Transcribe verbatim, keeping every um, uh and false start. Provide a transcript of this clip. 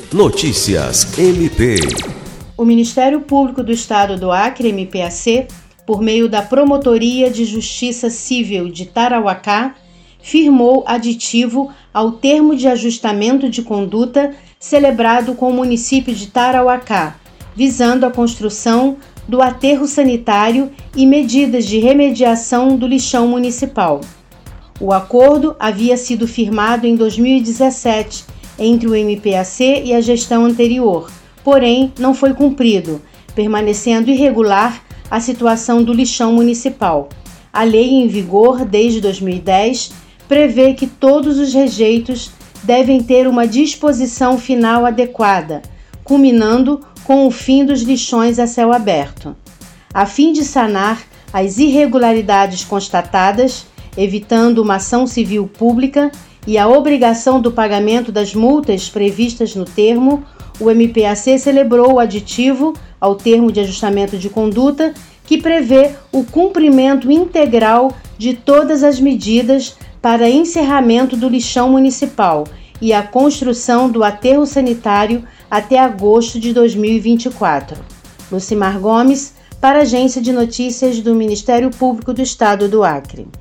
Notícias M P. O Ministério Público do Estado do Acre, M P A C, por meio da Promotoria de Justiça Civil de Tarauacá, firmou aditivo ao termo de ajustamento de conduta celebrado com o município de Tarauacá, visando a construção do aterro sanitário e medidas de remediação do lixão municipal. O acordo havia sido firmado em dois mil e dezessete entre o M P A C e a gestão anterior, porém não foi cumprido, permanecendo irregular a situação do lixão municipal. A lei em vigor desde dois mil e dez prevê que todos os rejeitos devem ter uma disposição final adequada, culminando com o fim dos lixões a céu aberto. A fim de sanar as irregularidades constatadas, evitando uma ação civil pública e a obrigação do pagamento das multas previstas no termo, o M P A C celebrou o aditivo ao termo de ajustamento de conduta que prevê o cumprimento integral de todas as medidas para encerramento do lixão municipal e a construção do aterro sanitário até agosto de dois mil e vinte e quatro. Lucimar Gomes, para a Agência de Notícias do Ministério Público do Estado do Acre.